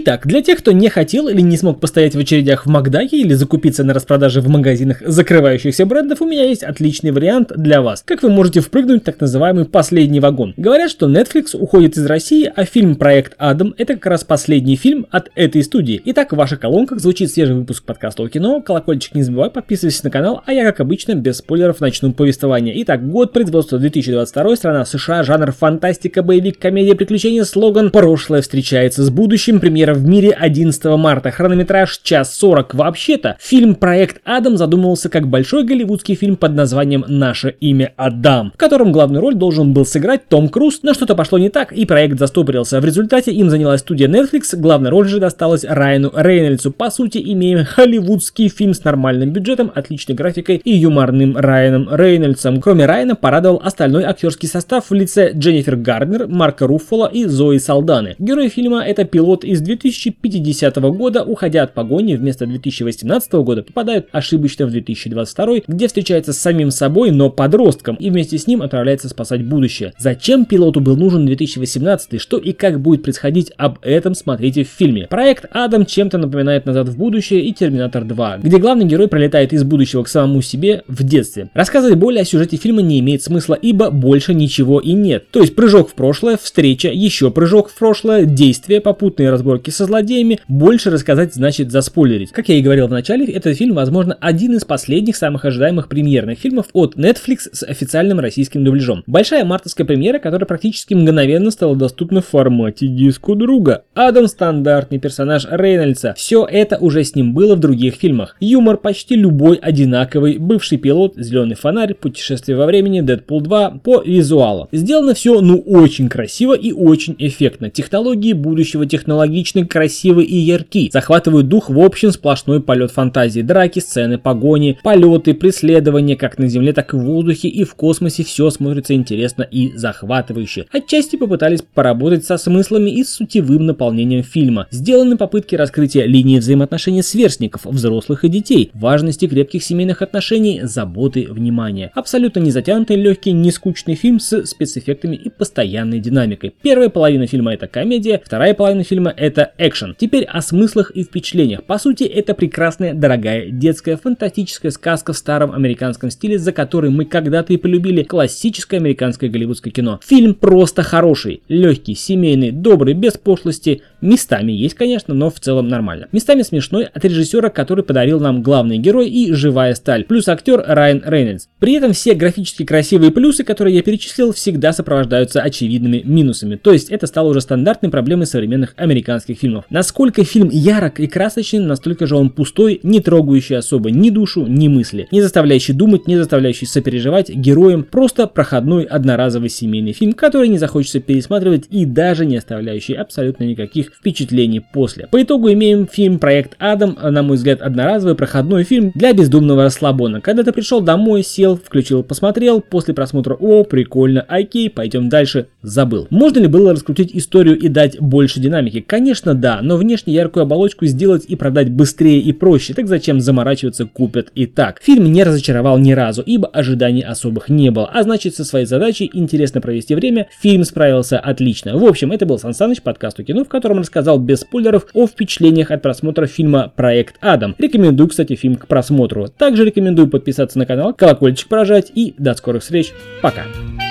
Итак, для тех, кто не хотел или не смог постоять в очередях в Макдаке или закупиться на распродаже в магазинах закрывающихся брендов, у меня есть отличный вариант для вас. Как вы можете впрыгнуть в так называемый последний вагон. Говорят, что Netflix уходит из России, а фильм «Проект Адам» — это как раз последний фильм от этой студии. Итак, в ваших колонках звучит свежий выпуск подкаста о кино. Колокольчик не забывай, подписывайся на канал, а я, как обычно, без спойлеров начну повествование. Итак, год производства 2022, страна США, жанр фантастика, боевик, комедия, приключения, слоган «Прошлое встречается с будущим», премьера в мире 11 марта, хронометраж час 40. Вообще-то, фильм «Проект Адам» задумывался как большой голливудский фильм под названием «Наше имя Адам», в котором главную роль должен был сыграть Том Круз, но что-то пошло не так, и проект застопорился. В результате им занялась студия Netflix, главная роль же досталась Райану Рейнольдсу. По сути, имеем холливудский фильм с нормальным бюджетом, отличной графикой и юморным Райаном Рейнольдсом. Кроме Райана, порадовал остальной актерский состав в лице Дженнифер Гарднер, Марка Руффало и Зои Салданы. Герой фильма — это пилот из 2050 года, уходя от погони, вместо 2018 года попадают ошибочно в 2022, где встречается с самим собой, но подростком, и вместе с ним отправляется спасать будущее. Зачем пилоту был нужен 2018, что и как будет происходить, об этом смотрите в фильме. Проект Адам чем-то напоминает «Назад в будущее» и «Терминатор 2», где главный герой пролетает из будущего к самому себе в детстве. Рассказывать более о сюжете фильма не имеет смысла, ибо больше ничего и нет. То есть прыжок в прошлое, встреча, еще прыжок в прошлое, действия, попутные разборки со злодеями. Больше рассказать значит заспойлерить. Как я и говорил в начале, этот фильм, возможно, один из последних самых ожидаемых премьерных фильмов от Netflix с официальным российским дубляжом. Большая мартовская премьера, которая практически мгновенно стала доступна в формате диску друга. Адам — стандартный персонаж Рейнольдса. Все это уже с ним было в других фильмах. Юмор почти любой одинаковый, бывший пилот, зеленый фонарь, путешествие во времени, Дэдпул 2 по визуалу. Сделано все, очень красиво и очень эффектно. Технологии будущего технологичны, красивы и ярки. Захватывают дух в общем сплошной полет фантазии. Драки, сцены, погони, полеты, преследования как на земле, так и в воздухе и в космосе. Все смотрится интересно и захватывающе. Отчасти попытались поработать со смыслами и с сутевым наполнением фильма. Сделаны попытки раскрытия линии взаимоотношений сверстников, взрослых и детей, важности крепких семейных отношений, заботы, внимания. Абсолютно не затянутый, легкий, не скучный фильм с спецэффектами и постоянной динамикой. Первая половина фильма — это комедия, вторая половина фильма — это экшен. Теперь о смыслах и впечатлениях. По сути, это прекрасная, дорогая, детская, фантастическая сказка в старом американском стиле, за который мы когда-то и полюбили классическое американское голливудское кино. Фильм просто хороший, легкий, семейный, добрый, без пошлости. Местами есть, конечно, но в целом нормально. Местами смешной от режиссера, который подарил нам главный герой и живая сталь, плюс актер Райан Рейнольдс. При этом все графически красивые плюсы, которые я перечислил, всегда сопровождаются очевидными минусами. То есть это стало уже стандартной проблемой современных американских фильмов. Насколько фильм ярок и красочен, настолько же он пустой, не трогающий особо ни душу, ни мысли, не заставляющий думать, не заставляющий сопереживать героям, просто проходной одноразовый семейный фильм, который не захочется пересматривать и даже не оставляющий абсолютно никаких впечатлений после. По итогу имеем фильм «Проект Адам», на мой взгляд, одноразовый проходной фильм для бездумного расслабона. Когда ты пришел домой, сел, включил, посмотрел, после просмотра прикольно, окей, пойдем дальше, забыл. Можно ли было раскрутить историю и дать больше динамики? Конечно, да, но внешне яркую оболочку сделать и продать быстрее и проще, так зачем заморачиваться, купят и так. Фильм не разочаровал ни разу, ибо ожиданий особых не было, а значит, со своей задачей интересно провести время фильм справился отлично. В общем, это был Сан Саныч, подкаст о кино, в котором рассказал без спойлеров о впечатлениях от просмотра фильма «Проект Адам». Рекомендую, кстати, фильм к просмотру. Также рекомендую подписаться на канал, колокольчик прожать и до скорых встреч. Пока.